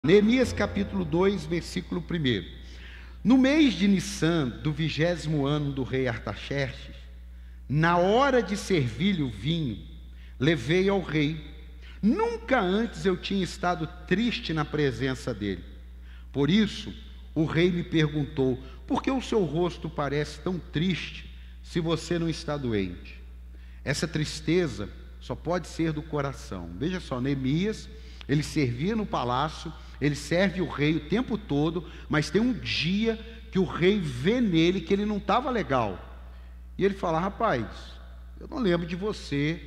Neemias capítulo 2, versículo 1. No mês de Nissan, do 20º ano do rei Artaxerxes, na hora de servir-lhe o vinho, levei ao rei. Nunca antes eu tinha estado triste na presença dele. Por isso, o rei me perguntou: por que o seu rosto parece tão triste se você não está doente? Essa tristeza só pode ser do coração. Veja só, Neemias, ele servia no palácio, ele serve o rei o tempo todo, mas tem um dia que o rei vê nele que ele não estava legal. E ele fala: rapaz, eu não lembro de você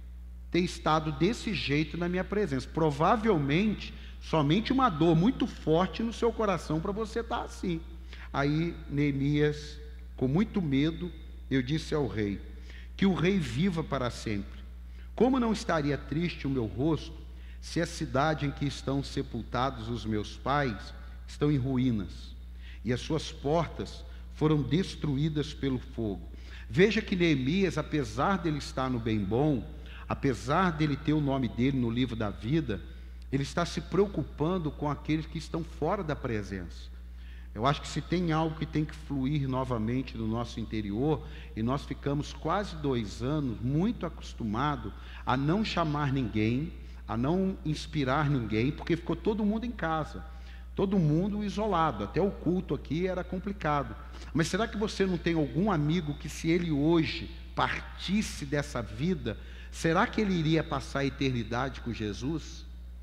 ter estado desse jeito na minha presença. Provavelmente, somente uma dor muito forte no seu coração para você estar assim. Aí, Neemias, com muito medo, eu disse ao rei: que o rei viva para sempre. Como não estaria triste o meu rosto, se a cidade em que estão sepultados os meus pais estão em ruínas, e as suas portas foram destruídas pelo fogo. Veja que Neemias, apesar dele estar no bem bom, apesar dele ter o nome dele no livro da vida, ele está se preocupando com aqueles que estão fora da presença. Eu acho que se tem algo que tem que fluir novamente no nosso interior, e nós ficamos quase 2 anos muito acostumados a não chamar ninguém, a não inspirar ninguém, porque ficou todo mundo em casa, todo mundo isolado, até o culto aqui era complicado. Mas será que você não tem algum amigo que, se ele hoje partisse dessa vida, será que ele iria passar a eternidade com Jesus?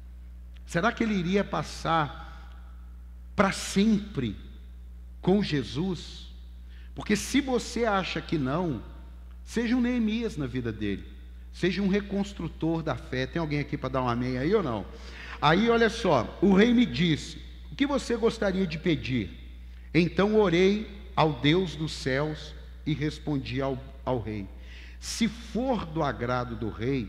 Será que ele iria passar para sempre com Jesus? Porque se você acha que não, seja um Neemias na vida dele. Seja um reconstrutor da fé. Tem alguém aqui para dar um amém aí ou não? Aí olha só, o rei me disse: o que você gostaria de pedir? Então orei ao Deus dos céus e respondi ao rei: se for do agrado do rei,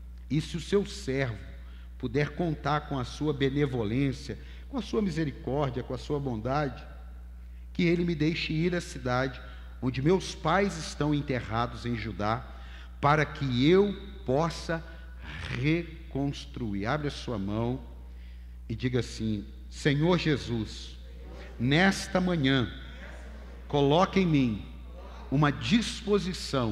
e se o seu servo puder contar com a sua benevolência, com a sua misericórdia, com a sua bondade, que ele me deixe ir à cidade onde meus pais estão enterrados em Judá, para que eu possa reconstruir. Abre a sua mão e diga assim: Senhor Jesus, nesta manhã, coloque em mim uma disposição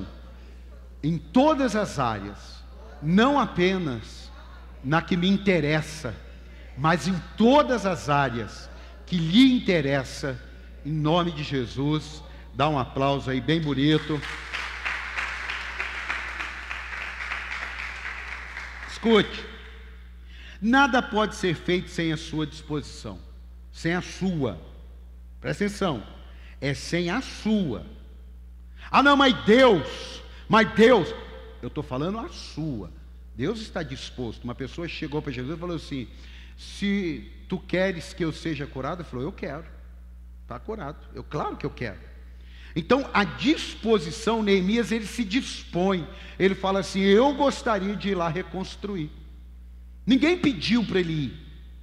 em todas as áreas, não apenas na que me interessa, mas em todas as áreas que lhe interessa, em nome de Jesus. Dá um aplauso aí bem bonito. Escute, nada pode ser feito sem a sua disposição, sem a sua. Presta atenção, é sem a sua. Ah não, mas Deus, eu estou falando a sua. Deus está disposto. Uma pessoa chegou para Jesus e falou assim: se tu queres que eu seja curado, ele falou: eu quero, está curado, claro que eu quero. Então a disposição, Neemias, ele se dispõe, ele fala assim: eu gostaria de ir lá reconstruir. Ninguém pediu para ele ir,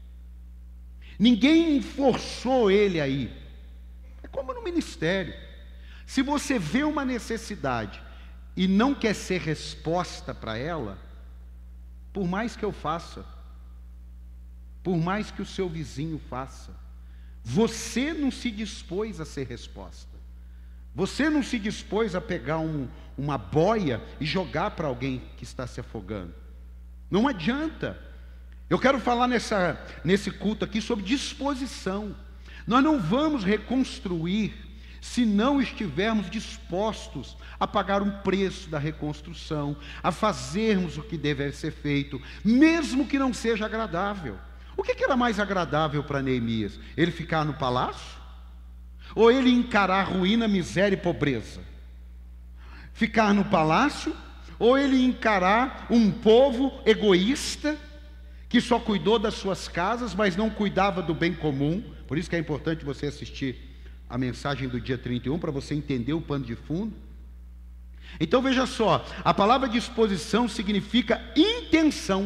ninguém forçou ele a ir. É como no ministério, se você vê uma necessidade e não quer ser resposta para ela, por mais que eu faça, por mais que o seu vizinho faça, você não se dispôs a ser resposta. Você não se dispôs a pegar uma boia e jogar para alguém que está se afogando. Não adianta. Eu quero falar nesse culto aqui sobre disposição. Nós não vamos reconstruir se não estivermos dispostos a pagar um preço da reconstrução, a fazermos o que deve ser feito, mesmo que não seja agradável. O que era mais agradável para Neemias? Ele ficar no palácio? Ou ele encarar ruína, miséria e pobreza? Ficar no palácio? Ou ele encarar um povo egoísta, que só cuidou das suas casas, mas não cuidava do bem comum? Por isso que é importante você assistir a mensagem do dia 31, para você entender o pano de fundo. Então veja só, a palavra disposição significa intenção.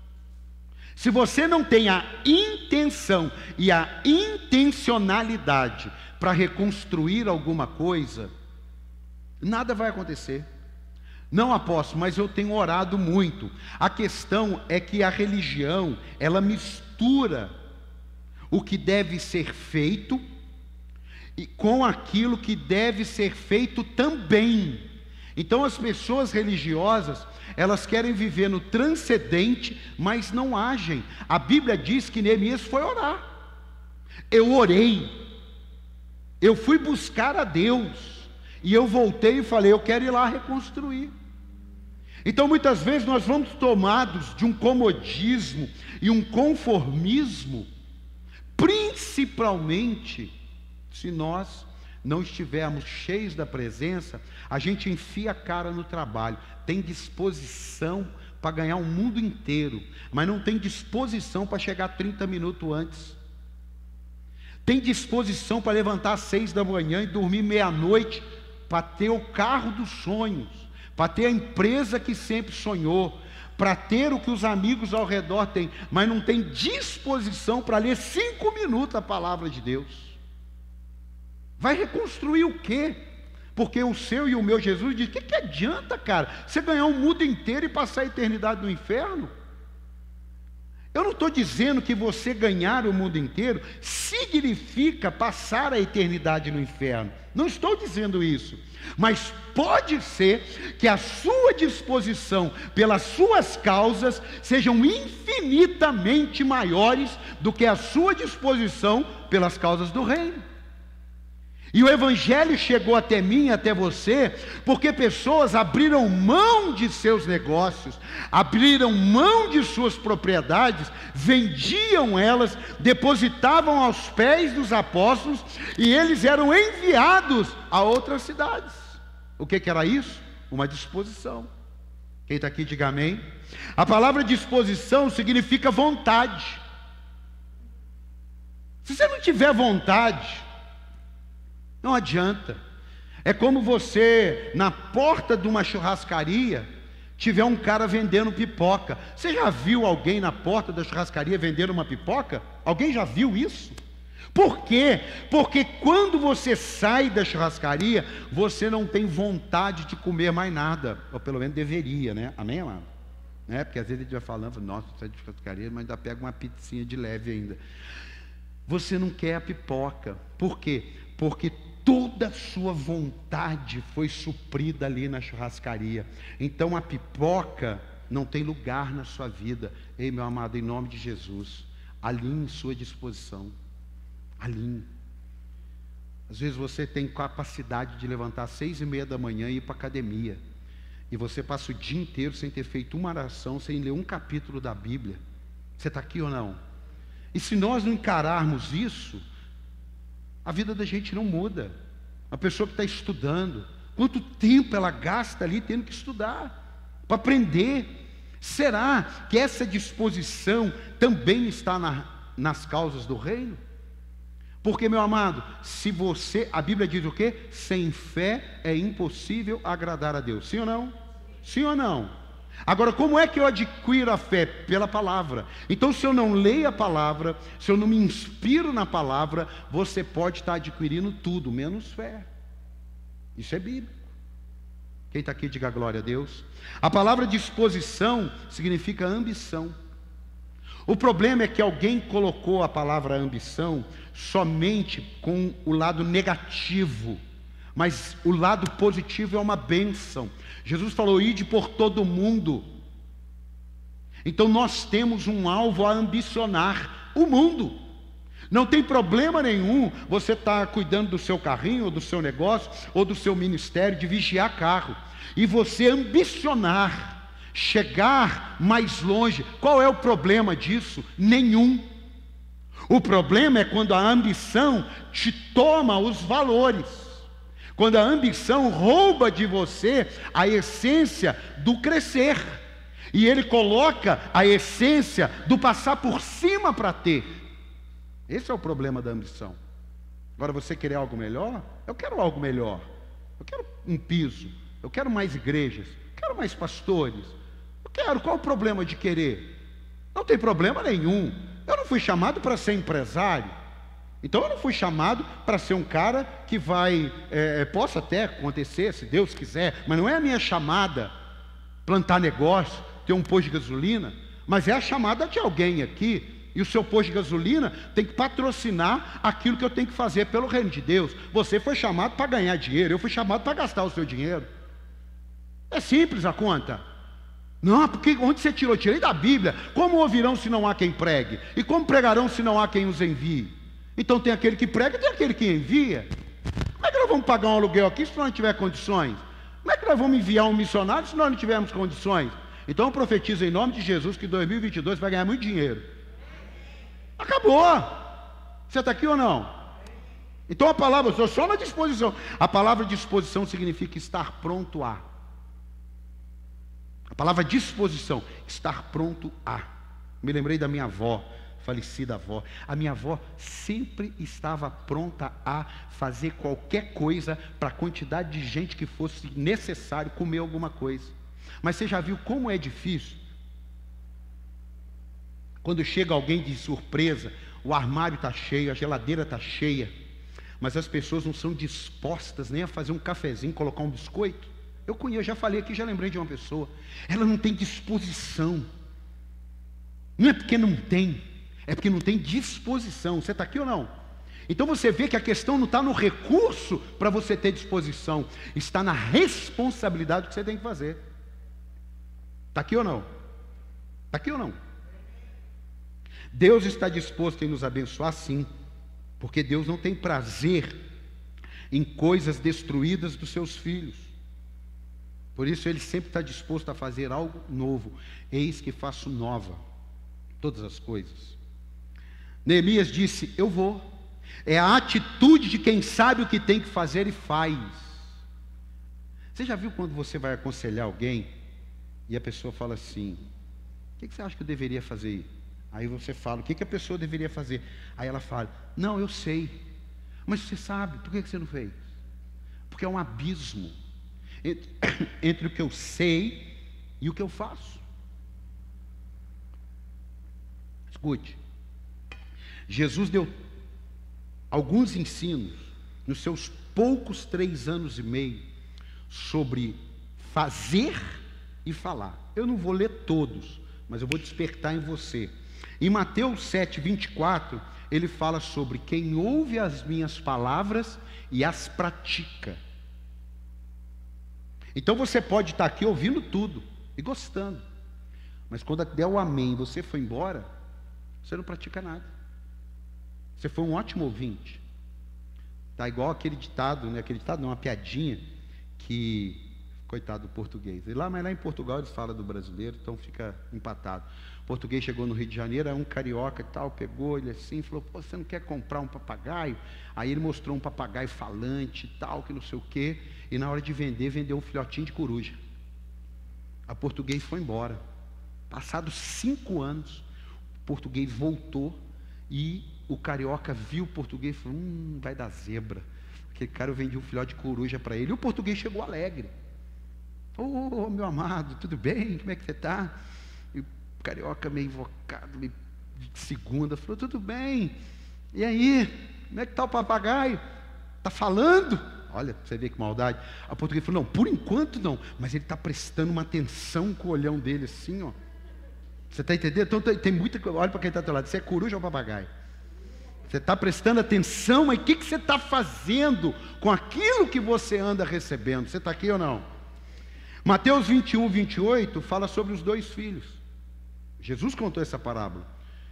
Se você não tem a intenção e a intencionalidade para reconstruir alguma coisa, nada vai acontecer. Não, apóstolo, mas eu tenho orado muito. A questão é que a religião, ela mistura o que deve ser feito e com aquilo que deve ser feito também. Então as pessoas religiosas, elas querem viver no transcendente, mas não agem. A Bíblia diz que Neemias foi orar. Eu orei, eu fui buscar a Deus, e eu voltei e falei, eu quero ir lá reconstruir. Então muitas vezes nós vamos tomados de um comodismo e um conformismo, principalmente se nós não estivermos cheios da presença. A gente enfia a cara no trabalho, tem disposição para ganhar o mundo inteiro, mas não tem disposição para chegar 30 minutos antes. Tem disposição para levantar às 6 da manhã e dormir meia-noite, para ter o carro dos sonhos, para ter a empresa que sempre sonhou, para ter o que os amigos ao redor têm, mas não tem disposição para ler 5 minutos a palavra de Deus. Vai reconstruir o quê? Porque o seu e o meu Jesus diz, que adianta, cara, você ganhar o mundo inteiro e passar a eternidade no inferno? Eu não estou dizendo que você ganhar o mundo inteiro significa passar a eternidade no inferno. Não estou dizendo isso. Mas pode ser que a sua disposição pelas suas causas sejam infinitamente maiores do que a sua disposição pelas causas do reino. E o Evangelho chegou até mim e até você, porque pessoas abriram mão de seus negócios, abriram mão de suas propriedades, vendiam elas, depositavam aos pés dos apóstolos, e eles eram enviados a outras cidades. O que era isso? Uma disposição. Quem está aqui, diga amém. A palavra disposição significa vontade. Se você não tiver vontade, não adianta. É como você, na porta de uma churrascaria, tiver um cara vendendo pipoca. Você já viu alguém na porta da churrascaria vendendo uma pipoca? Alguém já viu isso? Por quê? Porque quando você sai da churrascaria, você não tem vontade de comer mais nada. Ou pelo menos deveria, né? Amém, amado? Né? Porque às vezes a gente vai falando, nossa, sai de churrascaria, mas ainda pega uma pizzinha de leve ainda. Você não quer a pipoca. Por quê? Porque toda a sua vontade foi suprida ali na churrascaria. Então a pipoca não tem lugar na sua vida. Ei, meu amado, em nome de Jesus, alinhe sua disposição. Alinhe. Às vezes você tem capacidade de levantar às 6:30 da manhã e ir para a academia, e você passa o dia inteiro sem ter feito uma oração, sem ler um capítulo da Bíblia. Você está aqui ou não? E se nós não encararmos isso, a vida da gente não muda. A pessoa que está estudando, quanto tempo ela gasta ali tendo que estudar, para aprender? Será que essa disposição também está nas causas do reino? Porque, meu amado, se você, a Bíblia diz o quê? Sem fé é impossível agradar a Deus. Sim ou não? Sim ou não? Agora, como é que eu adquiro a fé? Pela palavra. Então, se eu não leio a palavra, se eu não me inspiro na palavra, você pode estar adquirindo tudo, menos fé. Isso é bíblico. Quem está aqui, diga glória a Deus. A palavra disposição significa ambição. O problema é que alguém colocou a palavra ambição somente com o lado negativo, mas o lado positivo é uma bênção. Jesus falou, ide por todo o mundo. Então nós temos um alvo a ambicionar, o mundo. Não tem problema nenhum você estar cuidando do seu carrinho, ou do seu negócio, ou do seu ministério, de vigiar carro, e você ambicionar chegar mais longe. Qual é o problema disso? Nenhum. O problema é quando a ambição te toma os valores, quando a ambição rouba de você a essência do crescer, e ele coloca a essência do passar por cima para ter. Esse é o problema da ambição. Agora, você quer algo melhor? Eu quero algo melhor. Eu quero um piso, eu quero mais igrejas, eu quero mais pastores. Eu quero. Qual o problema de querer? Não tem problema nenhum. Eu não fui chamado para ser empresário. Então eu não fui chamado para ser um cara que vai, possa até acontecer, se Deus quiser, mas não é a minha chamada plantar negócio, ter um posto de gasolina, mas é a chamada de alguém aqui E o seu posto de gasolina tem que patrocinar aquilo que eu tenho que fazer pelo reino de Deus. Você foi chamado para ganhar dinheiro, eu fui chamado para gastar o seu dinheiro. É simples a conta. Não, porque onde você tirou? Tirei da Bíblia. Como ouvirão se não há quem pregue? E como pregarão se não há quem os envie? Então tem aquele que prega e tem aquele que envia. Como é que nós vamos pagar um aluguel aqui se nós não tivermos condições? Como é que nós vamos enviar um missionário se nós não tivermos condições? Então eu profetizo em nome de Jesus que em 2022 vai ganhar muito dinheiro. Acabou. Você está aqui ou não? Então a palavra, estou só na disposição. A palavra disposição significa estar pronto a. A palavra disposição, estar pronto a. Me lembrei da minha avó, falecida avó. A minha avó sempre estava pronta a fazer qualquer coisa para a quantidade de gente que fosse necessário comer alguma coisa. Mas você já viu como é difícil? Quando chega alguém de surpresa, o armário está cheio, a geladeira está cheia, mas as pessoas não são dispostas nem a fazer um cafezinho, colocar um biscoito. Eu já falei aqui, já lembrei de uma pessoa. Ela não tem disposição. Não é porque não tem, é porque não tem disposição. Você está aqui ou não? Então você vê que a questão não está no recurso para você ter disposição, está na responsabilidade que você tem que fazer. Está aqui ou não? Está aqui ou não? Deus está disposto em nos abençoar, sim, porque Deus não tem prazer em coisas destruídas dos seus filhos. Por isso Ele sempre está disposto a fazer algo novo. Eis que faço nova todas as coisas. Neemias disse, eu vou. É a atitude de quem sabe o que tem que fazer e faz. Você já viu quando você vai aconselhar alguém e a pessoa fala assim, o que você acha que eu deveria fazer? Aí você fala, o que a pessoa deveria fazer? Aí ela fala, não, eu sei. Mas você sabe, por que você não fez? Porque é um abismo entre o que eu sei e o que eu faço. Escute, Jesus deu alguns ensinos nos seus poucos 3 anos e meio sobre fazer e falar. Eu não vou ler todos, mas eu vou despertar em você. Em Mateus 7, 24, ele fala sobre quem ouve as minhas palavras e as pratica. Então você pode estar aqui ouvindo tudo e gostando, mas quando der o amém e você foi embora, você não pratica nada. Você foi um ótimo ouvinte. Está igual aquele ditado, né? Aquele ditado não, uma piadinha que, coitado do português. Mas lá em Portugal eles falam do brasileiro, então fica empatado. O português chegou no Rio de Janeiro, um carioca e tal, pegou ele assim, falou, pô, você não quer comprar um papagaio? Aí ele mostrou um papagaio falante e tal, que não sei o quê, e na hora de vender, vendeu um filhotinho de coruja. A português foi embora. Passados 5 anos, o português voltou e o carioca viu o português e falou, vai dar zebra. Aquele cara, eu vendi um filhote de coruja para ele. E o português chegou alegre. Ô, meu amado, tudo bem? Como é que você está? E o carioca meio invocado, meio de segunda, falou, tudo bem. E aí, como é que está o papagaio? Está falando? Olha, você vê que maldade. A português falou, não, por enquanto não, mas ele está prestando uma atenção com o olhão dele assim, ó. Você está entendendo? Então tem muita coisa. Olha para quem está ao teu lado, você é coruja ou papagaio? Você está prestando atenção, mas o que você está fazendo com aquilo que você anda recebendo? Você está aqui ou não? Mateus 21, 28 fala sobre os 2 filhos. Jesus contou essa parábola.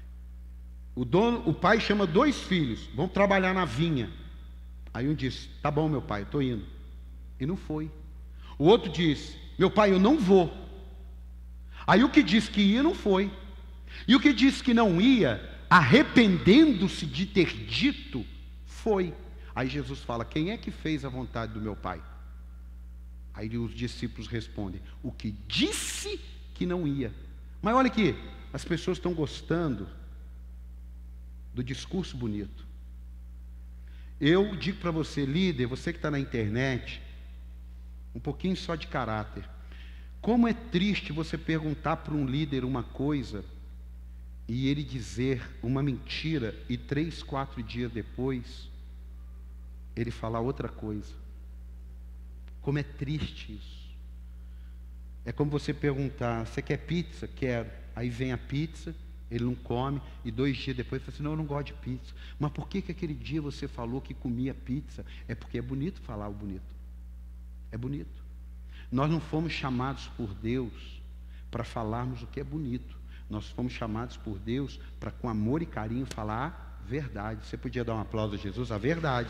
O pai chama 2 filhos, vão trabalhar na vinha. Aí um disse, tá bom meu pai, eu estou indo. E não foi. O outro disse, meu pai, eu não vou. Aí o que disse que ia não foi. E o que disse que não ia, arrependendo-se de ter dito, foi. Aí Jesus fala, quem é que fez a vontade do meu pai? Aí os discípulos respondem, o que disse que não ia. Mas olha aqui, as pessoas estão gostando do discurso bonito. Eu digo para você, líder, você que está na internet, um pouquinho só de caráter. Como é triste você perguntar para um líder uma coisa e ele dizer uma mentira e 3, 4 dias depois ele falar outra coisa. Como é triste isso. É como você perguntar, você quer pizza? Quero. Aí vem a pizza Ele não come, e 2 dias depois fala assim, não, eu não gosto de pizza. Mas por que aquele dia você falou que comia pizza? É porque é bonito falar o bonito. É bonito. Nós não fomos chamados por Deus para falarmos o que é bonito. Nós fomos chamados por Deus para, com amor e carinho, falar a verdade. Você podia dar um aplauso a Jesus? A verdade.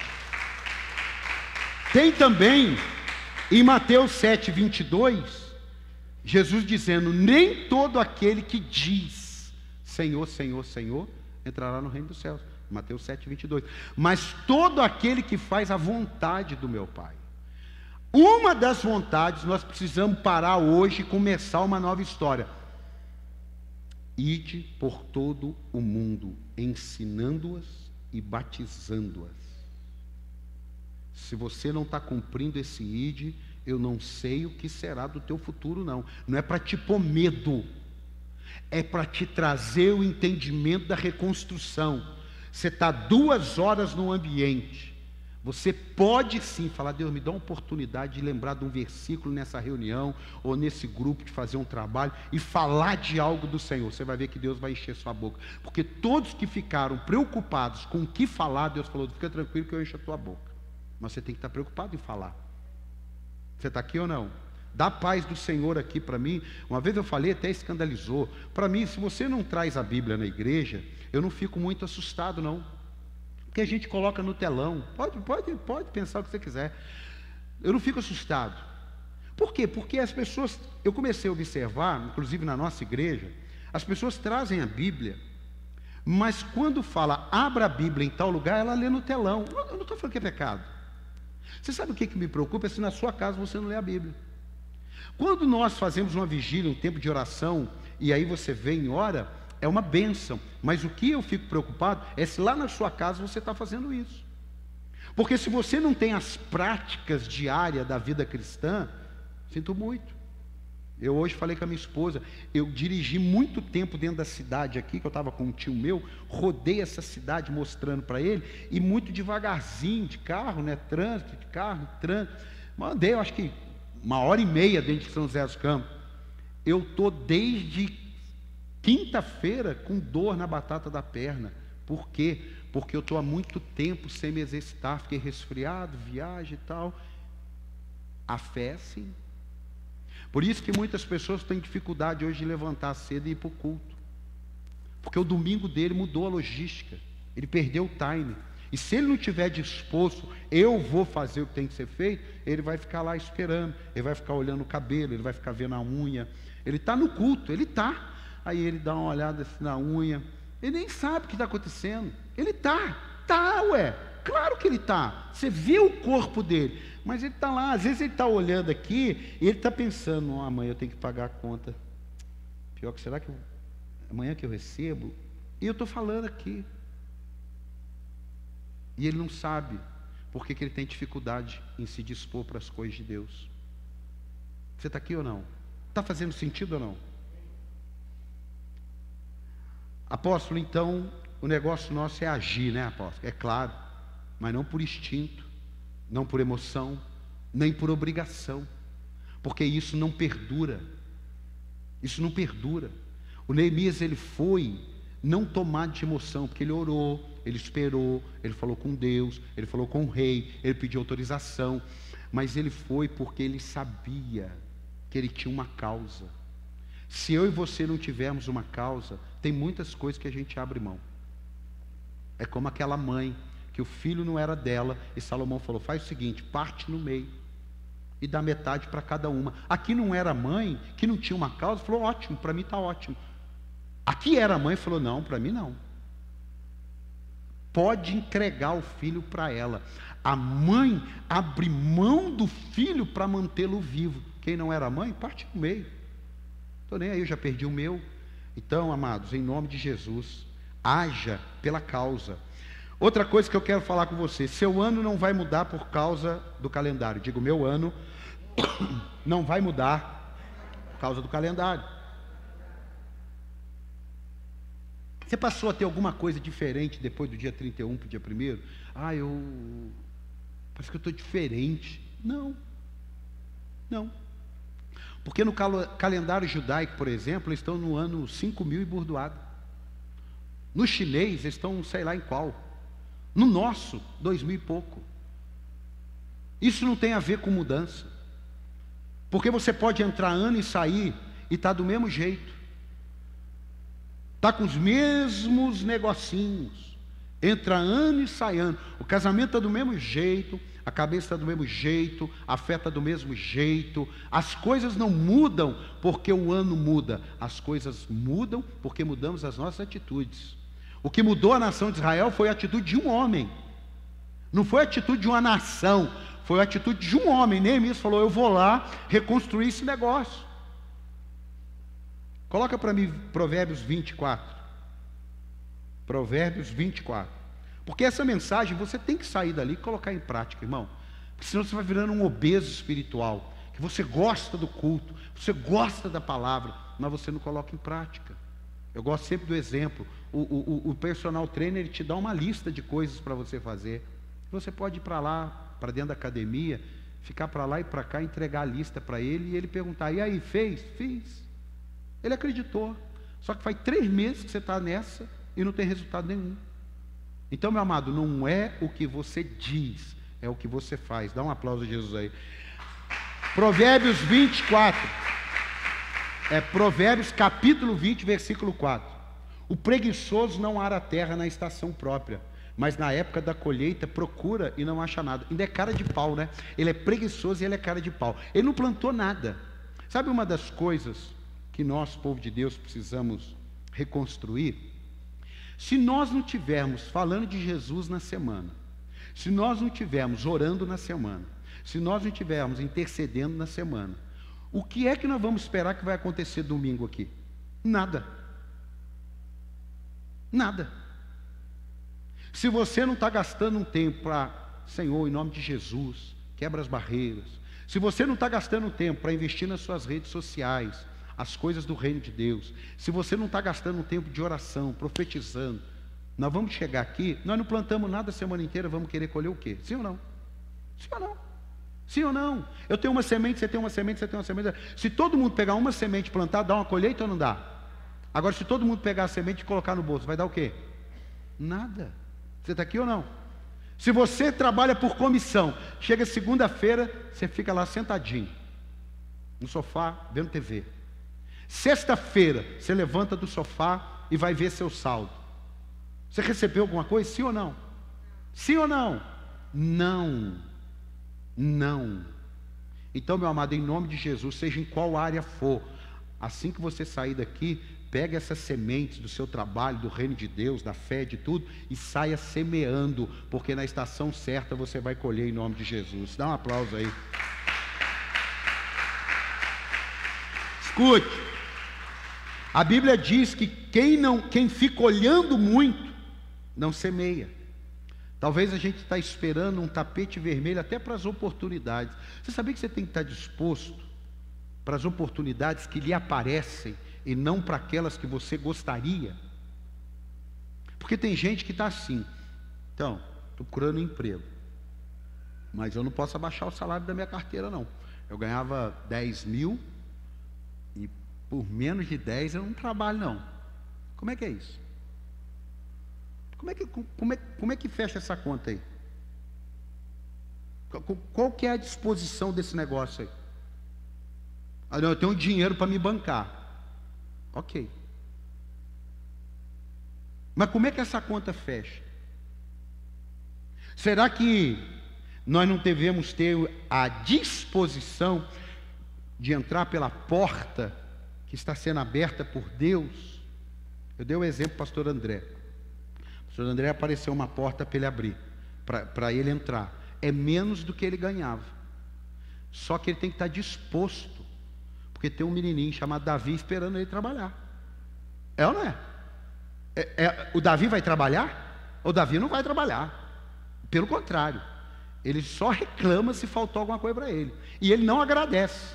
Tem também, em Mateus 7, 22, Jesus dizendo, nem todo aquele que diz, Senhor, Senhor, Senhor, entrará no reino dos céus. Mateus 7, 22. Mas todo aquele que faz a vontade do meu Pai. Uma das vontades, nós precisamos parar hoje e começar uma nova história. Ide por todo o mundo, ensinando-as e batizando-as. Se você não está cumprindo esse ide, eu não sei o que será do teu futuro, não. Não é para te pôr medo, é para te trazer o entendimento da reconstrução. Você está 2 horas no ambiente, você pode sim falar, Deus, me dá uma oportunidade de lembrar de um versículo nessa reunião, ou nesse grupo, de fazer um trabalho, e falar de algo do Senhor. Você vai ver que Deus vai encher sua boca, porque todos que ficaram preocupados com o que falar, Deus falou, fica tranquilo que eu encho a tua boca. Mas você tem que estar preocupado em falar. Você está aqui ou não? Dá a paz do Senhor aqui para mim. Uma vez eu falei, até escandalizou. Para mim, se você não traz a Bíblia na igreja, eu não fico muito assustado, não. Porque a gente coloca no telão. Pode pensar o que você quiser. Eu não fico assustado. Por quê? Porque as pessoas, eu comecei a observar, inclusive na nossa igreja, as pessoas trazem a Bíblia, mas quando fala, abra a Bíblia em tal lugar, ela lê no telão. Eu não estou falando que é pecado. Você sabe o que me preocupa? É se na sua casa você não lê a Bíblia. Quando nós fazemos uma vigília, um tempo de oração, e aí você vem e ora, é uma bênção. Mas o que eu fico preocupado é se lá na sua casa você está fazendo isso. Porque se você não tem as práticas diárias da vida cristã, sinto muito. Eu hoje falei com a minha esposa, eu dirigi muito tempo dentro da cidade aqui, que eu estava com um tio meu, rodei essa cidade mostrando para ele, e muito devagarzinho, de carro, né, trânsito, de carro, trânsito, mandei, eu acho que 1h30 dentro de São José dos Campos. Eu estou desde quinta-feira com dor na batata da perna. Por quê? Porque eu estou há muito tempo sem me exercitar, fiquei resfriado, viagem e tal. A fé, sim. Por isso que muitas pessoas têm dificuldade hoje de levantar cedo e ir para o culto. Porque o domingo dele mudou a logística. Ele perdeu o time. E se ele não estiver disposto, eu vou fazer o que tem que ser feito, ele vai ficar lá esperando. Ele vai ficar olhando o cabelo, ele vai ficar vendo a unha. Ele está no culto, ele está. Aí ele dá uma olhada assim na unha. Ele nem sabe o que está acontecendo. Ele está. Está, ué. Claro que ele está. Você vê o corpo dele. Mas ele está lá, às vezes ele está olhando aqui e ele está pensando, oh, amanhã eu tenho que pagar a conta. Pior que será que amanhã que eu recebo? E eu estou falando aqui. E ele não sabe porque que ele tem dificuldade em se dispor para as coisas de Deus. Você está aqui ou não? Está fazendo sentido ou não? Apóstolo, então, o negócio nosso é agir, né, apóstolo? É claro, mas não por instinto, não por emoção, nem por obrigação, porque isso não perdura. Isso não perdura. O Neemias, ele foi não tomado de emoção, porque ele orou, ele esperou, ele falou com Deus, ele falou com o rei, ele pediu autorização, mas ele foi porque ele sabia que ele tinha uma causa. Se eu e você não tivermos uma causa, tem muitas coisas que a gente abre mão. É como aquela mãe, que o filho não era dela, e Salomão falou, faz o seguinte, parte no meio, e dá metade para cada uma. Aqui não era mãe, que não tinha uma causa, falou, ótimo, para mim está ótimo. Aqui era a mãe, falou, não, para mim não. Pode entregar o filho para ela. A mãe abre mão do filho para mantê-lo vivo. Quem não era mãe, parte no meio. Estou nem aí, eu já perdi o meu. Então, amados, em nome de Jesus, haja pela causa. Outra coisa que eu quero falar com você, seu ano não vai mudar por causa do calendário. Digo, meu ano não vai mudar por causa do calendário. Você passou a ter alguma coisa diferente depois do dia 31 para o dia 1º? Parece que eu estou diferente. Não. Porque no calendário judaico, por exemplo, eles estão no ano 5.000 e burdoado. No chinês, eles estão sei lá em qual. No nosso, 2000 e pouco. Isso não tem a ver com mudança. Porque você pode entrar ano e sair e está do mesmo jeito. Está com os mesmos negocinhos. Entra ano e sai ano. O casamento está do mesmo jeito, a cabeça está do mesmo jeito, a fé está do mesmo jeito. As coisas não mudam porque o ano muda. As coisas mudam porque mudamos as nossas atitudes. O que mudou a nação de Israel foi a atitude de um homem. Não foi a atitude de uma nação. Foi a atitude de um homem. Neemias falou: eu vou lá reconstruir esse negócio. Coloca para mim Provérbios 24. Provérbios 24. Porque essa mensagem você tem que sair dali e colocar em prática, irmão. Porque senão você vai virando um obeso espiritual. Que você gosta do culto, você gosta da palavra, mas você não coloca em prática. Eu gosto sempre do exemplo. O personal trainer, ele te dá uma lista de coisas para você fazer. Você pode ir para lá, para dentro da academia, ficar para lá e para cá, entregar a lista para ele e ele perguntar: e aí, fez? Fiz. Ele acreditou. Só que faz 3 meses que você está nessa e não tem resultado nenhum. Então, meu amado, não é o que você diz, é o que você faz. Dá um aplauso a Jesus aí. Provérbios 24. Provérbios capítulo 20, versículo 4. O preguiçoso não ara a terra na estação própria, mas na época da colheita procura e não acha nada. Ainda é cara de pau, né? Ele é preguiçoso e ele é cara de pau. Ele não plantou nada. Sabe uma das coisas que nós, povo de Deus, precisamos reconstruir? Se nós não tivermos falando de Jesus na semana, se nós não tivermos orando na semana, se nós não tivermos intercedendo na semana, o que é que nós vamos esperar que vai acontecer domingo aqui? Nada. Nada. Se você não está gastando um tempo para, Senhor, em nome de Jesus, quebra as barreiras. Se você não está gastando um tempo para investir nas suas redes sociais, as coisas do reino de Deus, se você não está gastando um tempo de oração, profetizando, nós vamos chegar aqui, nós não plantamos nada a semana inteira, vamos querer colher o quê? Sim ou não? Sim ou não? Sim ou não? Eu tenho uma semente, você tem uma semente, você tem uma semente. Se todo mundo pegar uma semente e plantar, dá uma colheita ou não dá? Agora, se todo mundo pegar a semente e colocar no bolso, vai dar o quê? Nada. Você está aqui ou não? Se você trabalha por comissão, chega segunda-feira, você fica lá sentadinho, no sofá, vendo TV. Sexta-feira, você levanta do sofá e vai ver seu saldo. Você recebeu alguma coisa? Sim ou não? Sim ou não? Não. Não. Então, meu amado, em nome de Jesus, seja em qual área for, assim que você sair daqui, pega essas sementes do seu trabalho, do reino de Deus, da fé, de tudo, e saia semeando, porque na estação certa você vai colher em nome de Jesus. Dá um aplauso aí. Escute. A Bíblia diz que quem fica olhando muito, não semeia. Talvez a gente está esperando um tapete vermelho até para as oportunidades. Você sabia que você tem que estar disposto para as oportunidades que lhe aparecem e não para aquelas que você gostaria? Porque tem gente que está assim: então, estou procurando um emprego, mas eu não posso abaixar o salário da minha carteira não. Eu ganhava 10 mil e por menos de 10 eu não trabalho não. Como é que é isso? Como é que fecha essa conta aí? Qual que é a disposição desse negócio aí? Ah, não, eu tenho dinheiro para me bancar. Ok. Mas como é que essa conta fecha? Será que nós não devemos ter a disposição de entrar pela porta que está sendo aberta por Deus? Eu dei o exemplo do pastor André. O pastor André apareceu uma porta para ele abrir, para ele entrar. É menos do que ele ganhava. Só que ele tem que estar disposto, porque tem um menininho chamado Davi esperando ele trabalhar. É ou não é? O Davi vai trabalhar? O Davi não vai trabalhar. Pelo contrário, ele só reclama se faltou alguma coisa para ele. E ele não agradece.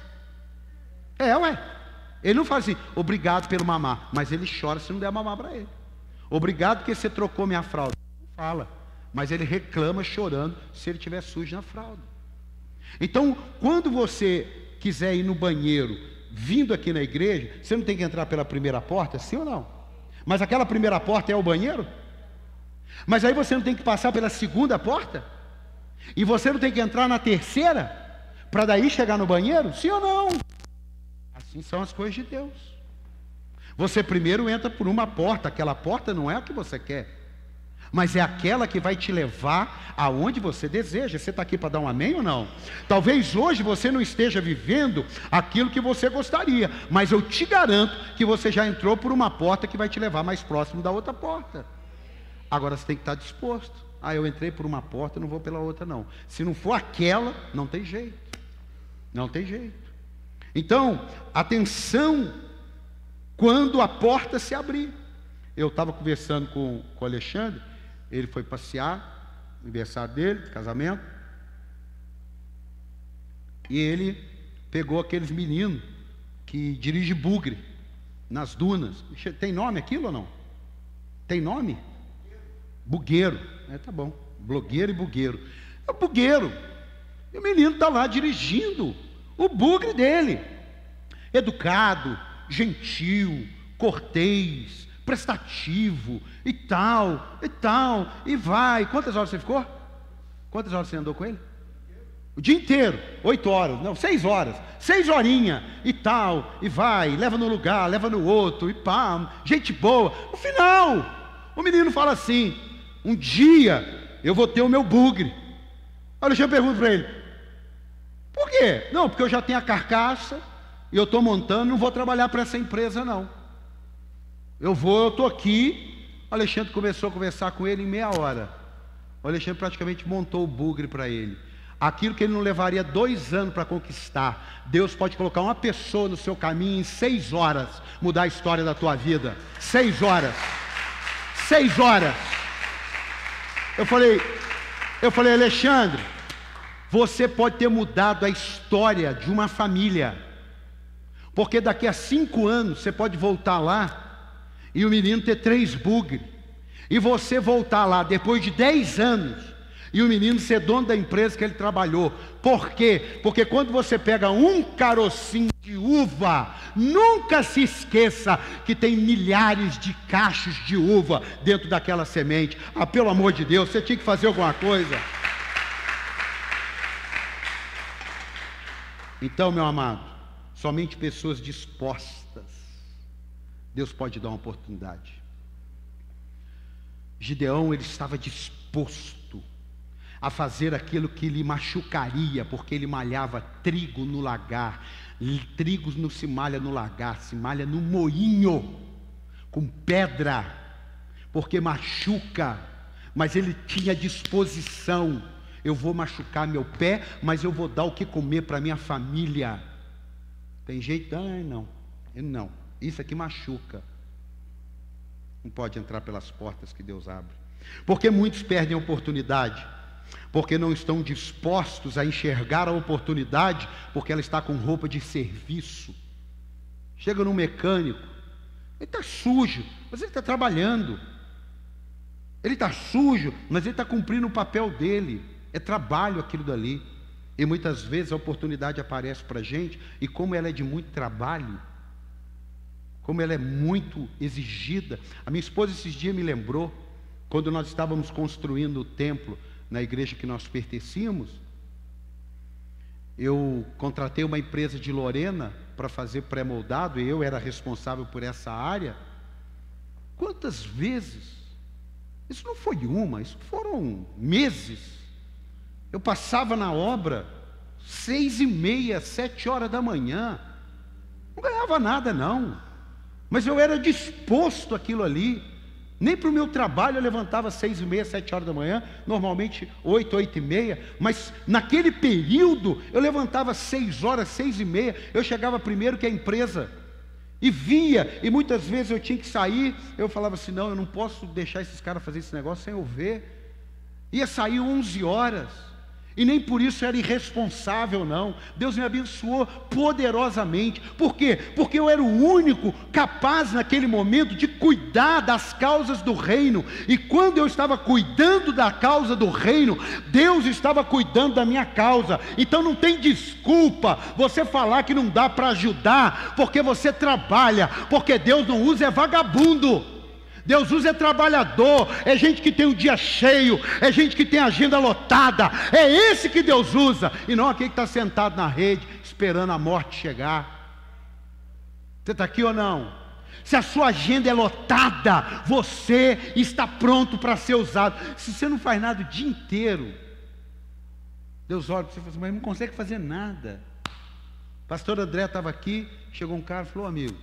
Ele não fala assim: obrigado pelo mamar, mas ele chora se não der mamar para ele. Obrigado porque você trocou minha fralda. Não fala, mas ele reclama chorando se ele estiver sujo na fralda. Então, quando você quiser ir no banheiro, vindo aqui na igreja, você não tem que entrar pela primeira porta, sim ou não? Mas aquela primeira porta é o banheiro? Mas aí você não tem que passar pela segunda porta? E você não tem que entrar na terceira? Para daí chegar no banheiro? Sim ou não? Assim são as coisas de Deus. Você primeiro entra por uma porta. Aquela porta não é a que você quer, mas é aquela que vai te levar aonde você deseja. Você está aqui para dar um amém ou não? Talvez hoje você não esteja vivendo aquilo que você gostaria, mas eu te garanto que você já entrou por uma porta que vai te levar mais próximo da outra porta. Agora você tem que estar disposto. Eu entrei por uma porta, não vou pela outra não. Se não for aquela, não tem jeito. Não tem jeito. Então, atenção quando a porta se abrir. Eu estava conversando com o Alexandre. Ele foi passear, aniversário dele, casamento. E ele pegou aqueles meninos que dirigem bugre nas dunas. Tem nome aquilo ou não? Tem nome? Bugueiro. Tá bom. Blogueiro e bugueiro. É o bugueiro. E o menino está lá dirigindo o bugre dele. Educado, gentil, cortês, prestativo, e tal, e vai. Quantas horas você ficou? Quantas horas você andou com ele? O dia inteiro, 8 horas, não, 6 horas, 6 horinhas, e tal, e vai, leva no lugar, leva no outro, e pá, gente boa. No final, o menino fala assim: um dia eu vou ter o meu bugre. Olha, eu pergunto para ele: por quê? Não, porque eu já tenho a carcaça, e eu estou montando, não vou trabalhar para essa empresa não. Eu estou aqui. O Alexandre começou a conversar com ele em meia hora. O Alexandre praticamente montou o bugre para ele. Aquilo que ele não levaria 2 anos para conquistar, Deus pode colocar uma pessoa no seu caminho em 6 horas, mudar a história da tua vida. 6 horas. 6 horas. Eu falei, Alexandre, você pode ter mudado a história de uma família, porque daqui a 5 anos você pode voltar lá e o menino ter 3 bugres, e você voltar lá depois de 10 anos e o menino ser dono da empresa que ele trabalhou. Por quê? Porque quando você pega um carocinho de uva, nunca se esqueça que tem milhares de cachos de uva dentro daquela semente. Pelo amor de Deus, você tinha que fazer alguma coisa. Então, meu amado, somente pessoas dispostas, Deus pode dar uma oportunidade. Gideão, ele estava disposto a fazer aquilo que lhe machucaria, porque ele malhava trigo no lagar. Trigo não se malha no lagar, se malha no moinho, com pedra, porque machuca. Mas ele tinha disposição: eu vou machucar meu pé, mas eu vou dar o que comer para minha família. Tem jeito? Não, isso aqui machuca. Não pode entrar pelas portas que Deus abre. Porque muitos perdem a oportunidade, porque não estão dispostos a enxergar a oportunidade, porque ela está com roupa de serviço. Chega num mecânico, ele está sujo, mas ele está trabalhando. Ele está sujo, mas ele está cumprindo o papel dele. É trabalho aquilo dali. E muitas vezes a oportunidade aparece para a gente, e como ela é de muito trabalho, como ela é muito exigida. A minha esposa esses dias me lembrou, quando nós estávamos construindo o templo na igreja que nós pertencíamos, eu contratei uma empresa de Lorena para fazer pré-moldado, e eu era responsável por essa área. Quantas vezes, isso não foi uma, isso foram meses, eu passava na obra 6h30, 7 horas da manhã, não ganhava nada não, mas eu era disposto àquilo ali. Nem para o meu trabalho eu levantava 6h30, 7 horas da manhã, normalmente 8, 8h30, mas naquele período eu levantava 6 horas, 6h30, eu chegava primeiro que a empresa, e via, e muitas vezes eu tinha que sair, eu falava assim: não, eu não posso deixar esses caras fazer esse negócio sem eu ver. Ia sair 11 horas, e nem por isso era irresponsável não. Deus me abençoou poderosamente. Por quê? Porque eu era o único capaz naquele momento de cuidar das causas do reino. E quando eu estava cuidando da causa do reino, Deus estava cuidando da minha causa. Então não tem desculpa você falar que não dá para ajudar, porque você trabalha, porque Deus não usa vagabundo. Deus usa trabalhador, é gente que tem o dia cheio, é gente que tem a agenda lotada. É esse que Deus usa, e não aquele que está sentado na rede, esperando a morte chegar. Você está aqui ou não? Se a sua agenda é lotada, você está pronto para ser usado. Se você não faz nada o dia inteiro, Deus olha para você e fala assim, mas não consegue fazer nada. O pastor André estava aqui, chegou um cara e falou, amigo,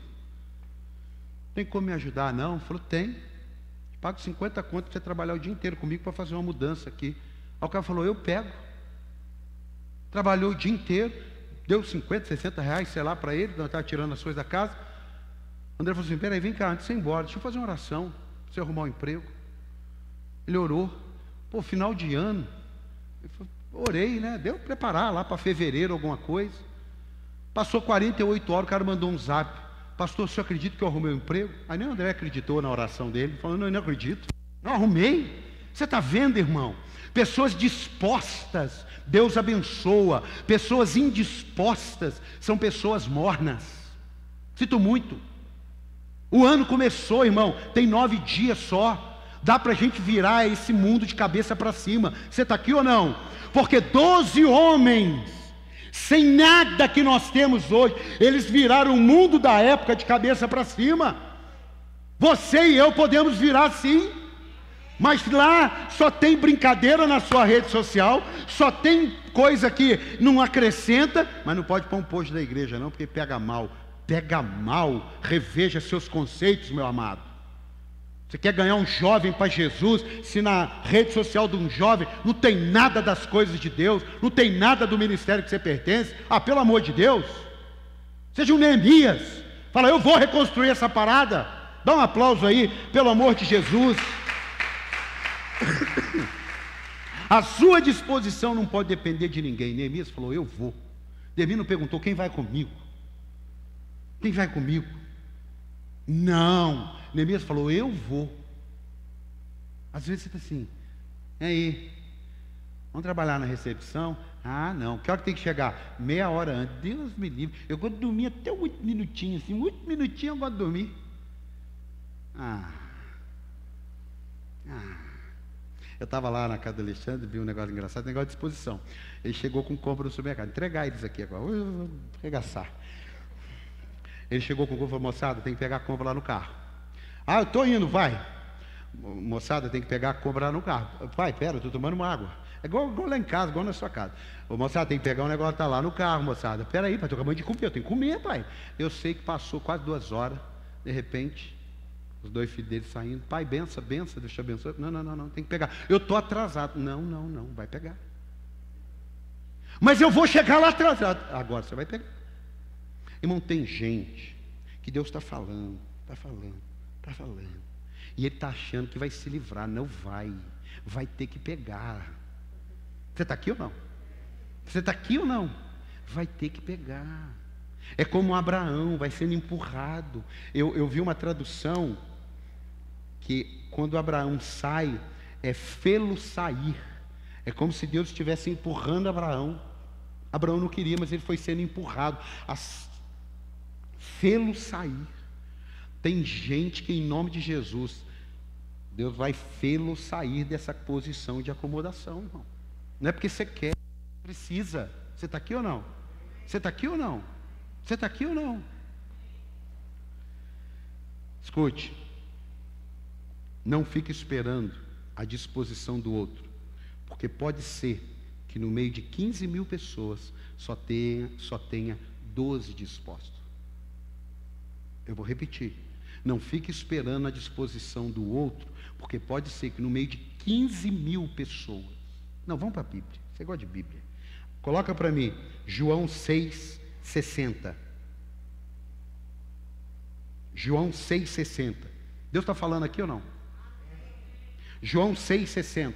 tem como me ajudar? Não? Ele falou, tem. Pago 50 conto para você trabalhar o dia inteiro comigo para fazer uma mudança aqui. Aí o cara falou, eu pego. Trabalhou o dia inteiro, deu 50, 60 reais, sei lá, para ele, nós estávamos tirando as coisas da casa. O André falou assim, peraí, vem cá, antes de você ir embora, deixa eu fazer uma oração, para você arrumar um emprego. Ele orou. Pô, final de ano. Ele falou, orei, né? Deu preparar lá para fevereiro alguma coisa. Passou 48 horas, o cara mandou um zap. Pastor, o senhor acredita que eu arrumei um emprego? Aí nem o André acreditou na oração dele. Falou, não, eu não acredito. Não arrumei. Você está vendo, irmão? Pessoas dispostas, Deus abençoa. Pessoas indispostas são pessoas mornas. Sinto muito. O ano começou, irmão, tem 9 dias só. Dá para a gente virar esse mundo de cabeça para cima. Você está aqui ou não? Porque 12 homens, sem nada que nós temos hoje, eles viraram o mundo da época de cabeça para cima. Você e eu podemos virar sim. Mas lá só tem brincadeira na sua rede social, só tem coisa que não acrescenta, mas não pode pôr um post da igreja não, porque pega mal. Pega mal, reveja seus conceitos, meu amado. Você quer ganhar um jovem para Jesus, se na rede social de um jovem não tem nada das coisas de Deus, não tem nada do ministério que você pertence? Ah, pelo amor de Deus, seja um Neemias, fala, eu vou reconstruir essa parada. Dá um aplauso aí, pelo amor de Jesus. A sua disposição não pode depender de ninguém. Neemias falou, eu vou. Neemias não perguntou, quem vai comigo? Quem vai comigo? Não. Neemias falou, eu vou. Às vezes você está assim, e aí? Vamos trabalhar na recepção? Ah, não. Que hora que tem que chegar? Meia hora antes. Deus me livre. Eu gosto de dormir até 8 minutinhos, assim, 8 minutinhos eu gosto de dormir. Eu estava lá na casa do Alexandre, vi um negócio engraçado, negócio de disposição. Ele chegou com compra no supermercado. Entregar eles aqui agora. Vou arregaçar. Ele chegou com compra e falou, moçada, tem que pegar a compra lá no carro. Ah, eu estou indo, vai. Moçada, tem que pegar a compra lá no carro. Vai, pera, eu estou tomando uma água. É igual lá em casa, igual na sua casa. Ô, moçada, tem que pegar um negócio, tá lá no carro, moçada. Pera aí, pai, estou acabando de comer, eu tenho que comer, pai. Eu sei que passou quase 2 horas, de repente, os 2 filhos dele saindo. Pai, benção, Deus te abençoe. Não, tem que pegar. Eu estou atrasado. Não, vai pegar. Mas eu vou chegar lá atrasado. Agora você vai pegar. Irmão, tem gente que Deus está falando. E ele está achando que vai se livrar. Não vai. Vai ter que pegar. Você está aqui ou não? Você está aqui ou não? Vai ter que pegar. É como Abraão, vai sendo empurrado. Eu vi uma tradução que quando Abraão sai, é fê-lo sair. É como se Deus estivesse empurrando Abraão. Abraão não queria, mas ele foi sendo empurrado. Fê-lo sair. Tem gente que em nome de Jesus, Deus vai fê-lo sair dessa posição de acomodação, irmão. Não é porque você quer, precisa. Você está aqui ou não? Você está aqui ou não? Você está aqui ou não? Escute. Não fique esperando a disposição do outro, porque pode ser que no meio de 15 mil pessoas só tenha 12 dispostos. Eu vou repetir. Não fique esperando a disposição do outro, porque pode ser que no meio de 15 mil pessoas. Não, vamos para a Bíblia. Você gosta de Bíblia? Coloca para mim, João 6,60. João 6,60. Deus está falando aqui ou não? João 6,60.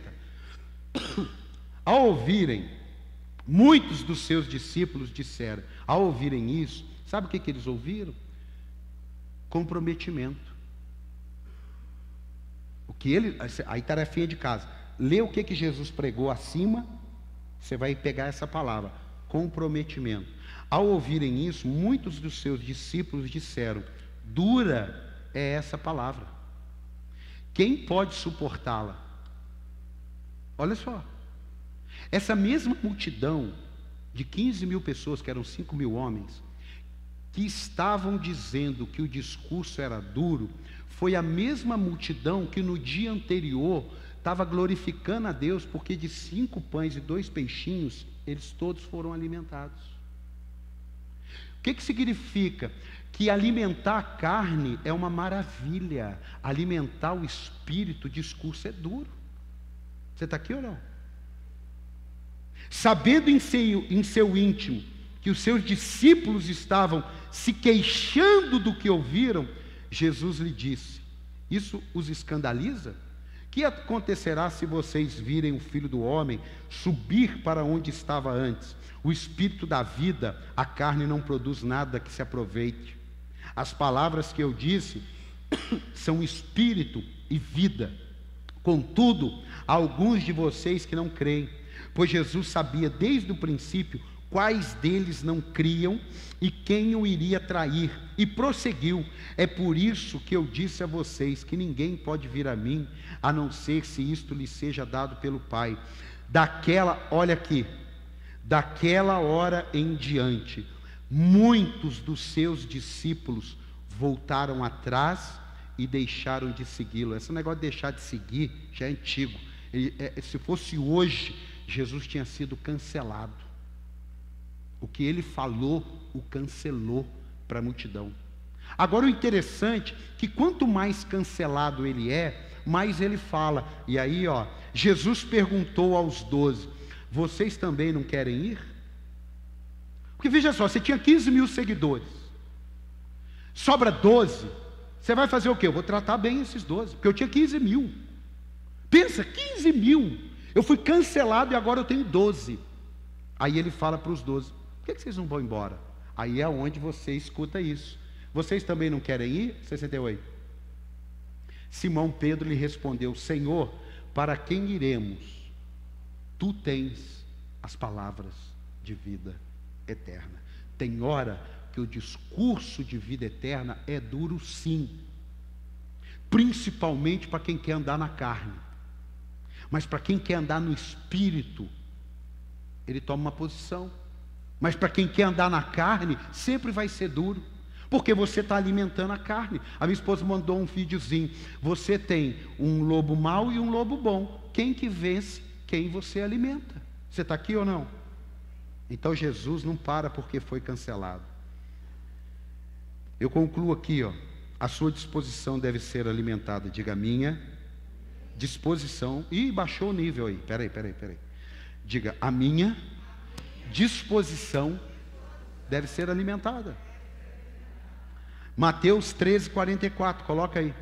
Ao ouvirem, muitos dos seus discípulos disseram, ao ouvirem isso, sabe o que eles ouviram? Comprometimento. Aí tarefinha de casa. Lê o que Jesus pregou acima, você vai pegar essa palavra, comprometimento. Ao ouvirem isso, muitos dos seus discípulos disseram, dura é essa palavra. quem pode suportá-la? Olha só, essa mesma multidão de 15 mil pessoas, que eram 5 mil homens, que estavam dizendo que o discurso era duro, foi a mesma multidão que no dia anterior estava glorificando a Deus, porque de 5 pães e 2 peixinhos, eles todos foram alimentados. O que significa? Que alimentar a carne é uma maravilha, alimentar o espírito, o discurso é duro. Você está aqui ou não? Sabendo em seu íntimo que os seus discípulos estavam se queixando do que ouviram, Jesus lhe disse: isso os escandaliza? Que acontecerá se vocês virem o Filho do Homem subir para onde estava antes? O Espírito da vida, a carne não produz nada que se aproveite. As palavras que eu disse são espírito e vida. Contudo, há alguns de vocês que não creem, pois Jesus sabia desde o princípio quais deles não criam e quem o iria trair, e prosseguiu: é por isso que eu disse a vocês que ninguém pode vir a mim, a não ser se isto lhe seja dado pelo Pai. Olha aqui, daquela hora em diante, muitos dos seus discípulos voltaram atrás e deixaram de segui-lo. Esse negócio de deixar de seguir já é antigo. Se fosse hoje, Jesus tinha sido cancelado. O que ele falou, o cancelou para a multidão. Agora o interessante é que quanto mais cancelado ele é, mais ele fala. E aí, Jesus perguntou aos 12: vocês também não querem ir? Porque veja só, você tinha 15 mil seguidores, sobra 12, você vai fazer o quê? Eu vou tratar bem esses 12, porque eu tinha 15 mil. Pensa, 15 mil, eu fui cancelado e agora eu tenho 12. Aí ele fala para os 12: por que vocês não vão embora? Aí é onde você escuta isso. Vocês também não querem ir? 68. Simão Pedro lhe respondeu: Senhor, para quem iremos? Tu tens as palavras de vida eterna. Tem hora que o discurso de vida eterna é duro, sim, principalmente para quem quer andar na carne. Mas para quem quer andar no espírito, ele toma uma posição. Mas para quem quer andar na carne, sempre vai ser duro, porque você está alimentando a carne. A minha esposa mandou um videozinho: você tem um lobo mau e um lobo bom. Quem que vence? Quem você alimenta. Você está aqui ou não? Então Jesus não para porque foi cancelado. Eu concluo aqui, a sua disposição deve ser alimentada. Diga: minha disposição. Ih, baixou o nível aí. Peraí. Diga: a minha disposição deve ser alimentada. Mateus 13, 44, coloca aí.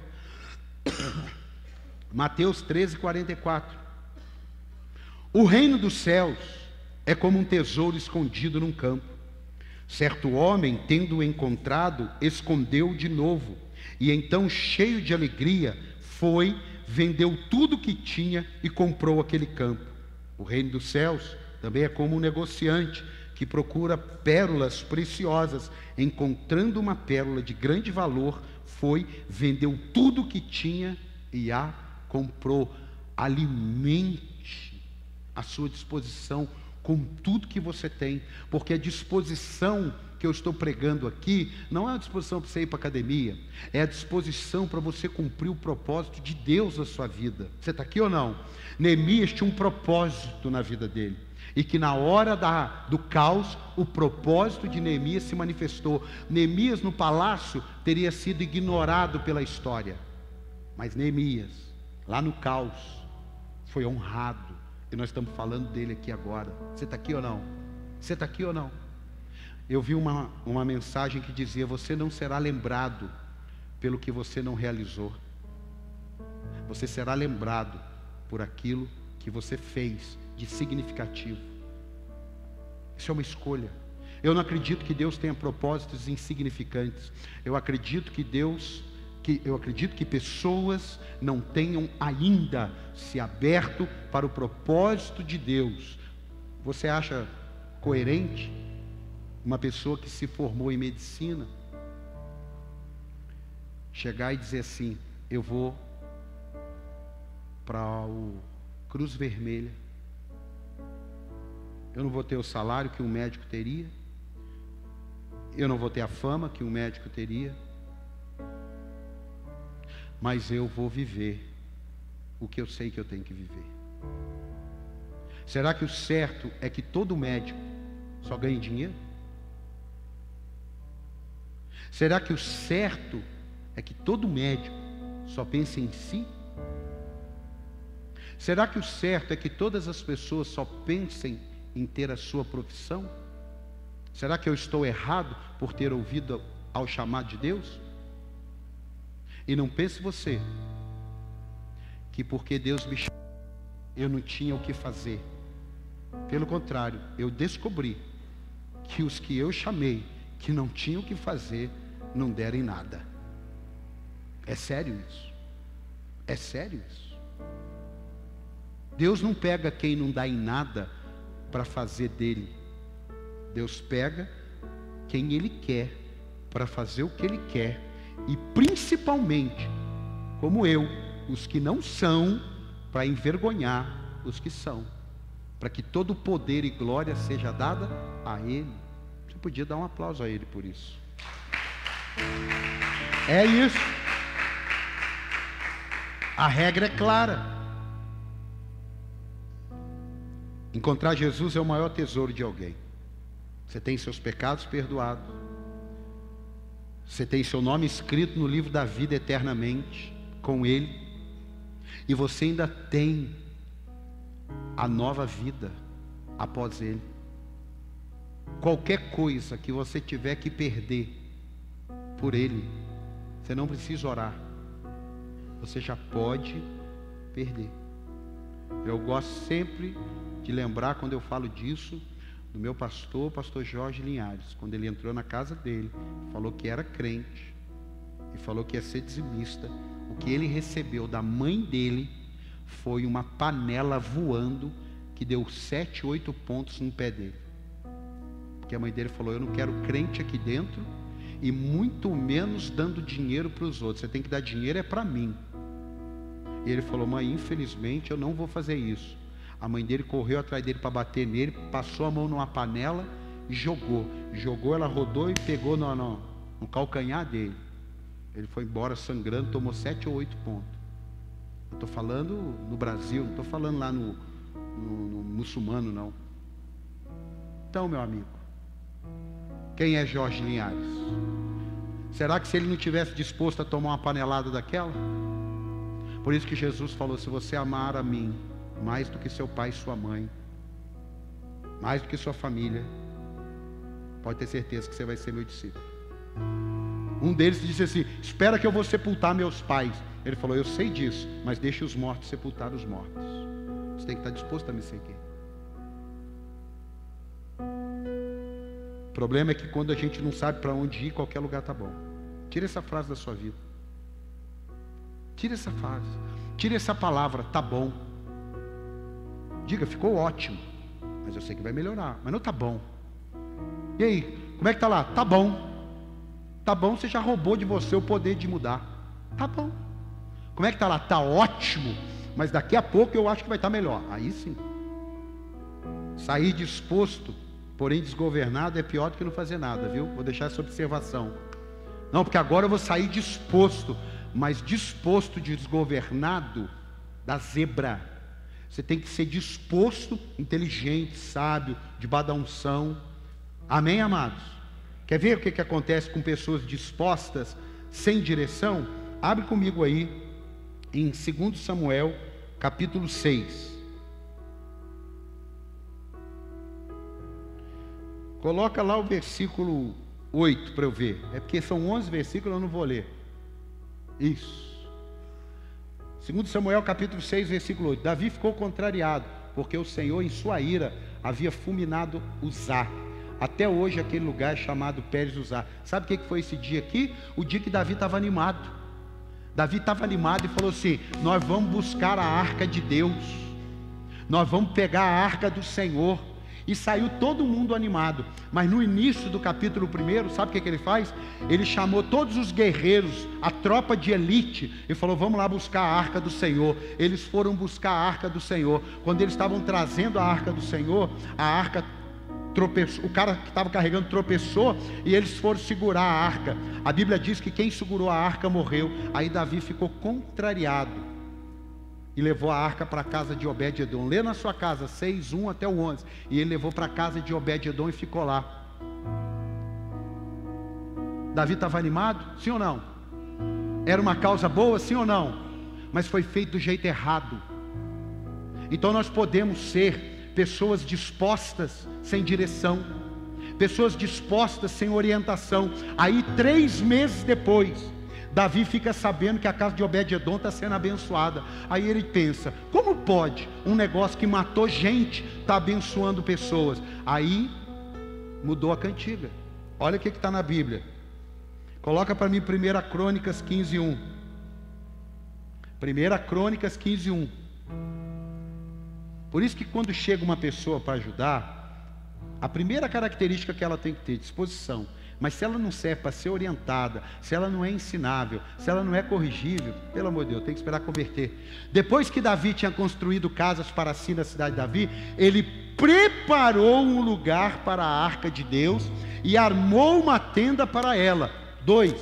Mateus 13, 44. O reino dos céus é como um tesouro escondido num campo. Certo homem, tendo-o encontrado, escondeu-o de novo, e então, cheio de alegria, foi, vendeu tudo que tinha e comprou aquele campo. O reino dos céus também é como um negociante que procura pérolas preciosas. Encontrando uma pérola de grande valor, foi, vendeu tudo o que tinha e a comprou. Alimente a sua disposição com tudo que você tem, porque a disposição que eu estou pregando aqui não é a disposição para você ir para a academia, é a disposição para você cumprir o propósito de Deus na sua vida. Você está aqui ou não? Neemias tinha um propósito na vida dele, e que na hora do caos, o propósito de Neemias se manifestou. Neemias no palácio teria sido ignorado pela história, mas Neemias, lá no caos, foi honrado, e nós estamos falando dele aqui agora. Você está aqui ou não? Você está aqui ou não? Eu vi uma mensagem que dizia: você não será lembrado pelo que você não realizou, você será lembrado por aquilo que você fez de significativo. Isso é uma escolha. Eu não acredito que Deus tenha propósitos insignificantes. Eu acredito que pessoas não tenham ainda se aberto para o propósito de Deus. Você acha coerente uma pessoa que se formou em medicina chegar e dizer assim: eu vou para o Cruz Vermelha. Eu não vou ter o salário que um médico teria. Eu não vou ter a fama que um médico teria. Mas eu vou viver o que eu sei que eu tenho que viver. Será que o certo é que todo médico só ganhe dinheiro? Será que o certo é que todo médico só pense em si? Será que o certo é que todas as pessoas só pensem em ter a sua profissão? Será que eu estou errado por ter ouvido ao chamado de Deus? E não pense você que porque Deus me chamou, eu não tinha o que fazer. Pelo contrário, eu descobri que os que eu chamei, que não tinham o que fazer, não deram em nada. É sério isso. É sério isso. Deus não pega quem não dá em nada para fazer dele. Deus pega quem Ele quer para fazer o que Ele quer. E principalmente, como eu, os que não são, para envergonhar os que são. Para que todo poder e glória seja dada a Ele. Você podia dar um aplauso a Ele por isso. É isso. A regra é clara. Encontrar Jesus é o maior tesouro de alguém. Você tem seus pecados perdoados. Você tem seu nome escrito no livro da vida eternamente com Ele. E você ainda tem a nova vida após Ele. Qualquer coisa que você tiver que perder por Ele, você não precisa orar. Você já pode perder. Eu gosto sempre de lembrar, quando eu falo disso, do meu pastor, o pastor Jorge Linhares. Quando ele entrou na casa dele, falou que era crente e falou que ia ser dizimista. O que ele recebeu da mãe dele foi uma panela voando que deu 7, 8 pontos no pé dele. Porque a mãe dele falou: eu não quero crente aqui dentro e muito menos dando dinheiro para os outros. Você tem que dar dinheiro é para mim. E ele falou: mãe, infelizmente eu não vou fazer isso. A mãe dele correu atrás dele para bater nele, passou a mão numa panela e jogou. Jogou, ela rodou e pegou no calcanhar dele. Ele foi embora sangrando, tomou 7 ou 8 pontos. Eu estou falando no Brasil, não estou falando lá no muçulmano, não. Então, meu amigo, quem é Jorge Linhares? Será que se ele não tivesse disposto a tomar uma panelada daquela? Por isso que Jesus falou: se você amar a mim mais do que seu pai e sua mãe, mais do que sua família, pode ter certeza que você vai ser meu discípulo. Um deles disse assim: espera que eu vou sepultar meus pais. Ele falou: eu sei disso, mas deixe os mortos sepultar os mortos. Você tem que estar disposto a me seguir. O problema é que quando a gente não sabe para onde ir, qualquer lugar está bom. Tira essa frase da sua vida. Tira essa frase. Tira essa palavra, tá bom. Diga: ficou ótimo, mas eu sei que vai melhorar, mas não tá bom. E aí, como é que tá lá? Tá bom. Tá bom, você já roubou de você o poder de mudar. Tá bom. Como é que tá lá? Tá ótimo, mas daqui a pouco eu acho que vai estar melhor. Aí sim. Sair disposto, porém desgovernado, é pior do que não fazer nada, viu? Vou deixar essa observação. Não, porque agora eu vou sair disposto, mas disposto de desgovernado, da zebra. Você tem que ser disposto, inteligente, sábio, debaixo da unção. Amém, amados? Quer ver o que acontece com pessoas dispostas, sem direção? Abre comigo aí, em 2 Samuel, capítulo 6. Coloca lá o versículo 8 para eu ver. É porque são 11 versículos, eu não vou ler. Isso. 2 Samuel capítulo 6, versículo 8. Davi ficou contrariado, porque o Senhor em sua ira havia fulminado Uzá. Até hoje aquele lugar é chamado Pérez Uzá. Sabe o que foi esse dia aqui? O dia que Davi estava animado. Davi estava animado e falou assim: nós vamos buscar a arca de Deus. Nós vamos pegar a arca do Senhor. E saiu todo mundo animado. Mas no início do capítulo 1, sabe o que ele faz? Ele chamou todos os guerreiros, a tropa de elite, e falou: vamos lá buscar a arca do Senhor. Eles foram buscar a arca do Senhor. Quando eles estavam trazendo a arca do Senhor, a arca tropeçou, o cara que estava carregando tropeçou, e eles foram segurar a arca. A Bíblia diz que quem segurou a arca morreu. Aí Davi ficou contrariado e levou a arca para a casa de Obed-edom. Lê na sua casa 6:1 até o 11. E ele levou para a casa de Obed-edom e ficou lá. Davi estava animado? Sim ou não? Era uma causa boa? Sim ou não? Mas foi feito do jeito errado. Então nós podemos ser pessoas dispostas sem direção, pessoas dispostas sem orientação. Aí 3 meses depois, Davi fica sabendo que a casa de Obed-edom está sendo abençoada. Aí ele pensa: como pode um negócio que matou gente estar abençoando pessoas? Aí mudou a cantiga. Olha o que está na Bíblia. Coloca para mim 1 Crônicas 15:1. 1 Crônicas 15:1. Por isso que quando chega uma pessoa para ajudar, a primeira característica que ela tem que ter: disposição. Mas se ela não serve para ser orientada, se ela não é ensinável, se ela não é corrigível, pelo amor de Deus, tem que esperar converter. Depois que Davi tinha construído casas para si na cidade de Davi, ele preparou um lugar para a arca de Deus e armou uma tenda para ela. 2.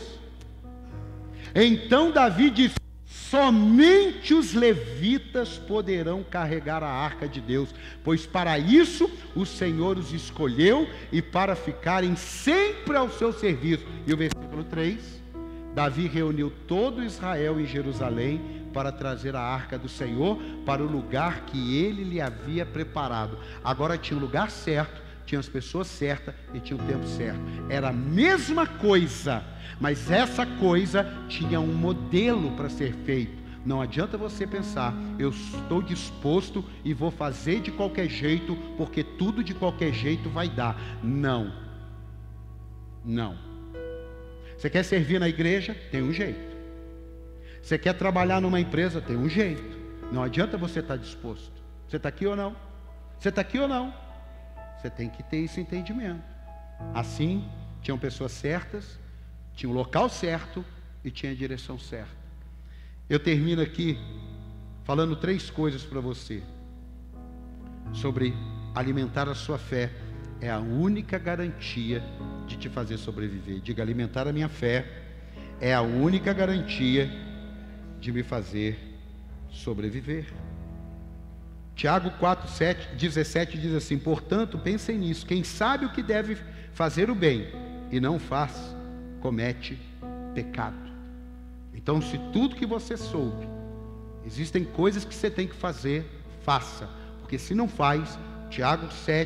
Então Davi disse: somente os levitas poderão carregar a arca de Deus, pois para isso o Senhor os escolheu e para ficarem sempre ao seu serviço. E o versículo 3: Davi reuniu todo Israel em Jerusalém para trazer a arca do Senhor para o lugar que ele lhe havia preparado. Agora tinha o lugar certo, tinha as pessoas certas e tinha o tempo certo. Era a mesma coisa, mas essa coisa tinha um modelo para ser feito. Não adianta você pensar: eu estou disposto e vou fazer de qualquer jeito, porque tudo de qualquer jeito vai dar. Não. Não. Você quer servir na igreja? Tem um jeito. Você quer trabalhar numa empresa? Tem um jeito. Não adianta você estar disposto. Você está aqui ou não? Você está aqui ou não? Você tem que ter esse entendimento. Assim, tinham pessoas certas, tinha o local certo e tinha a direção certa. Eu termino aqui falando 3 coisas para você sobre alimentar a sua fé. É a única garantia de te fazer sobreviver. Diga: alimentar a minha fé é a única garantia de me fazer sobreviver. Tiago 4:17 diz assim: portanto, pensem nisso, quem sabe o que deve fazer o bem e não faz, comete pecado. Então, se tudo que você soube, existem coisas que você tem que fazer, faça, porque se não faz, Tiago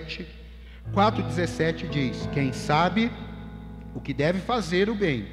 4:17 diz: quem sabe o que deve fazer o bem,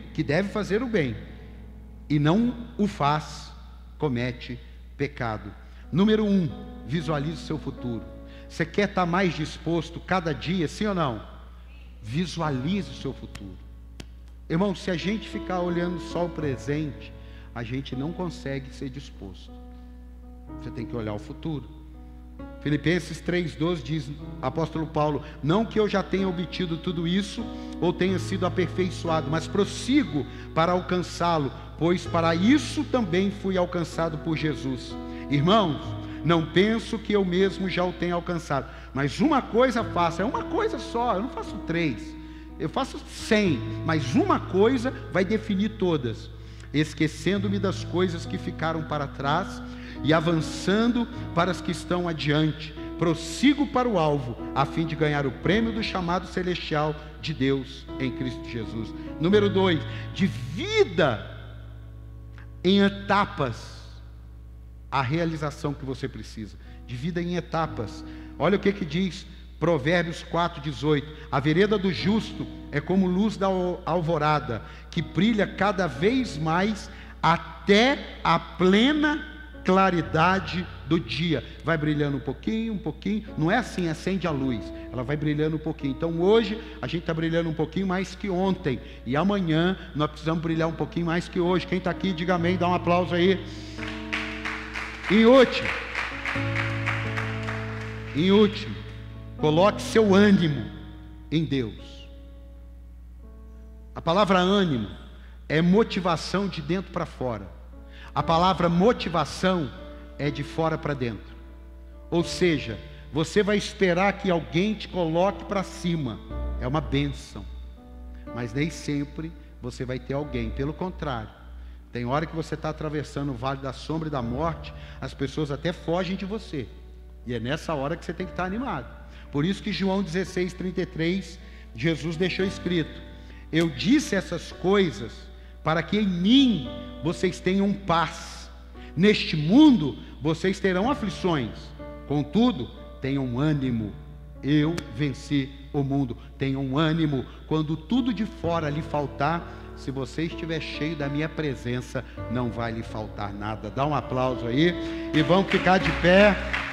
e não o faz, comete pecado. Número 1, visualize o seu futuro. Você quer estar mais disposto cada dia, sim ou não? Visualize o seu futuro. Irmão, se a gente ficar olhando só o presente, a gente não consegue ser disposto. Você tem que olhar o futuro. Filipenses 3:12 diz, apóstolo Paulo: não que eu já tenha obtido tudo isso, ou tenha sido aperfeiçoado, mas prossigo para alcançá-lo, pois para isso também fui alcançado por Jesus. Irmãos, não penso que eu mesmo já o tenha alcançado, mas uma coisa faço, é uma coisa só, eu não faço 3, eu faço 100, mas uma coisa vai definir todas: esquecendo-me das coisas que ficaram para trás e avançando para as que estão adiante, prossigo para o alvo, a fim de ganhar o prêmio do chamado celestial de Deus em Cristo Jesus. Número 2, divida em etapas a realização que você precisa. Divida em etapas. Olha o que diz Provérbios 4:18: a vereda do justo é como luz da alvorada, que brilha cada vez mais até a plena claridade do dia. Vai brilhando um pouquinho, não é assim, acende a luz, ela vai brilhando um pouquinho. Então hoje a gente está brilhando um pouquinho mais que ontem, e amanhã nós precisamos brilhar um pouquinho mais que hoje. Quem está aqui, diga amém, dá um aplauso aí. Em último, Coloque seu ânimo em Deus. A palavra ânimo é motivação de dentro para fora. A palavra motivação é de fora para dentro. Ou seja, você vai esperar que alguém te coloque para cima. É uma bênção. Mas nem sempre você vai ter alguém. Pelo contrário, tem hora que você está atravessando o vale da sombra e da morte, as pessoas até fogem de você. E é nessa hora que você tem que estar animado. Por isso que João 16:33, Jesus deixou escrito: eu disse essas coisas para que em mim vocês tenham paz. Neste mundo vocês terão aflições. Contudo, tenham ânimo. Eu venci o mundo. Tenham ânimo. Quando tudo de fora lhe faltar, se você estiver cheio da minha presença, não vai lhe faltar nada. Dá um aplauso aí e vamos ficar de pé.